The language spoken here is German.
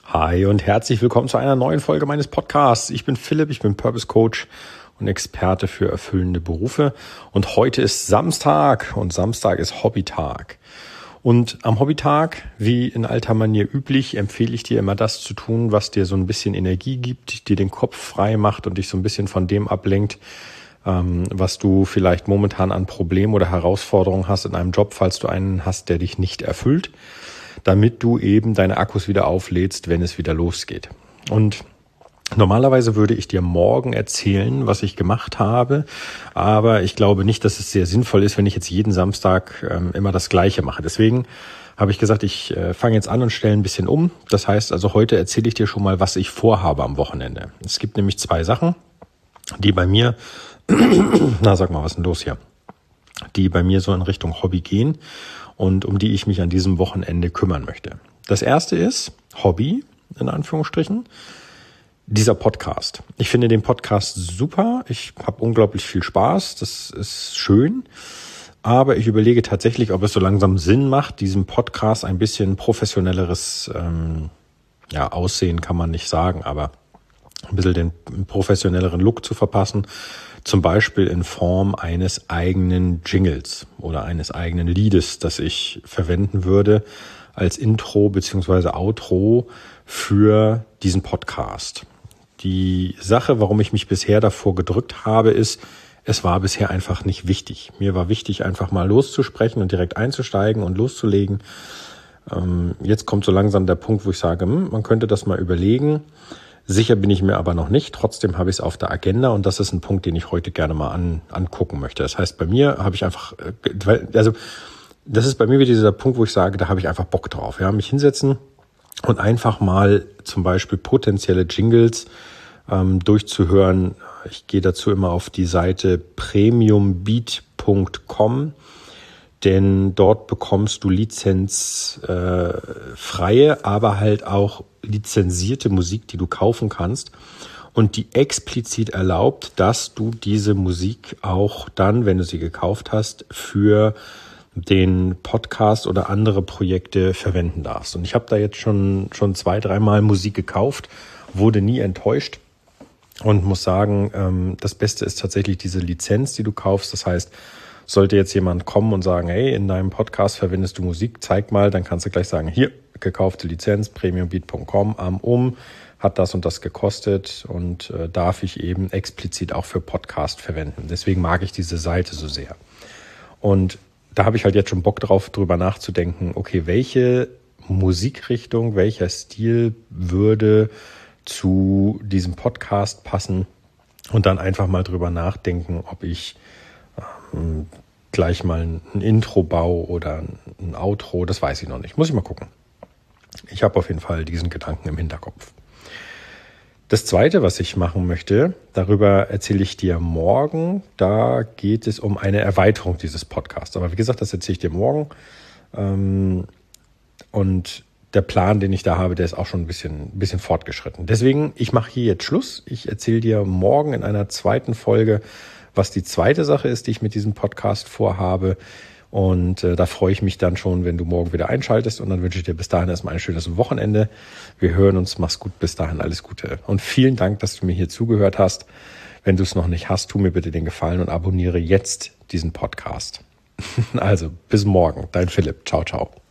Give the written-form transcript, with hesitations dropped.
Hi und herzlich willkommen zu einer neuen Folge meines Podcasts. Ich bin Philipp, ich bin Purpose Coach und Experte für erfüllende Berufe. Und heute ist Samstag und Samstag ist Hobbytag. Und am Hobbytag, wie in alter Manier üblich, empfehle ich dir immer das zu tun, was dir so ein bisschen Energie gibt, dir den Kopf frei macht und dich so ein bisschen von dem ablenkt, was du vielleicht momentan an Problemen oder Herausforderungen hast in einem Job, falls du einen hast, der dich nicht erfüllt, damit du eben deine Akkus wieder auflädst, wenn es wieder losgeht. Und normalerweise würde ich dir morgen erzählen, was ich gemacht habe, aber ich glaube nicht, dass es sehr sinnvoll ist, wenn ich jetzt jeden Samstag immer das Gleiche mache. Deswegen habe ich gesagt, ich fange jetzt an und stelle ein bisschen um. Das heißt also, heute erzähle ich dir schon mal, was ich vorhabe am Wochenende. Es gibt nämlich 2 Sachen, die bei mir, sag mal, was ist denn los hier? Die bei mir so in Richtung Hobby gehen und um die ich mich an diesem Wochenende kümmern möchte. Das erste ist Hobby, in Anführungsstrichen, dieser Podcast. Ich finde den Podcast super, ich habe unglaublich viel Spaß, das ist schön, aber ich überlege tatsächlich, ob es so langsam Sinn macht, diesem Podcast ein bisschen professionelleres Aussehen kann man nicht sagen, aber ein bisschen den professionelleren Look zu verpassen, zum Beispiel in Form eines eigenen Jingles oder eines eigenen Liedes, das ich verwenden würde als Intro bzw. Outro für diesen Podcast. Die Sache, warum ich mich bisher davor gedrückt habe, ist, es war bisher einfach nicht wichtig. Mir war wichtig, einfach mal loszusprechen und direkt einzusteigen und loszulegen. Jetzt kommt so langsam der Punkt, wo ich sage, man könnte das mal überlegen. Sicher bin ich mir aber noch nicht. Trotzdem habe ich es auf der Agenda und das ist ein Punkt, den ich heute gerne mal angucken möchte. Das heißt, bei mir habe ich einfach, das ist bei mir wieder dieser Punkt, wo ich sage, da habe ich einfach Bock drauf. Ja, mich hinsetzen und einfach mal zum Beispiel potenzielle Jingles durchzuhören. Ich gehe dazu immer auf die Seite premiumbeat.com. Denn dort bekommst du lizenzfreie, aber halt auch lizenzierte Musik, die du kaufen kannst und die explizit erlaubt, dass du diese Musik auch dann, wenn du sie gekauft hast, für den Podcast oder andere Projekte verwenden darfst. Und ich habe da jetzt schon 2-3 Mal Musik gekauft, wurde nie enttäuscht und muss sagen, das Beste ist tatsächlich diese Lizenz, die du kaufst. Das heißt, sollte jetzt jemand kommen und sagen, hey, in deinem Podcast verwendest du Musik, zeig mal, dann kannst du gleich sagen, hier, gekaufte Lizenz, premiumbeat.com, hat das und das gekostet und darf ich eben explizit auch für Podcast verwenden. Deswegen mag ich diese Seite so sehr. Und da habe ich halt jetzt schon Bock drauf, drüber nachzudenken, okay, welche Musikrichtung, welcher Stil würde zu diesem Podcast passen und dann einfach mal drüber nachdenken, ob ich gleich mal ein Intro baue oder ein Outro, das weiß ich noch nicht. Muss ich mal gucken. Ich habe auf jeden Fall diesen Gedanken im Hinterkopf. Das Zweite, was ich machen möchte, darüber erzähle ich dir morgen. Da geht es um eine Erweiterung dieses Podcasts. Aber wie gesagt, das erzähle ich dir morgen. Und der Plan, den ich da habe, der ist auch schon ein bisschen fortgeschritten. Deswegen, ich mache hier jetzt Schluss. Ich erzähle dir morgen in einer zweiten Folge, was die zweite Sache ist, die ich mit diesem Podcast vorhabe. Und da freue ich mich dann schon, wenn du morgen wieder einschaltest. Und dann wünsche ich dir bis dahin erstmal ein schönes Wochenende. Wir hören uns, mach's gut, bis dahin alles Gute. Und vielen Dank, dass du mir hier zugehört hast. Wenn du es noch nicht hast, tu mir bitte den Gefallen und abonniere jetzt diesen Podcast. Also, bis morgen, dein Philipp. Ciao, ciao.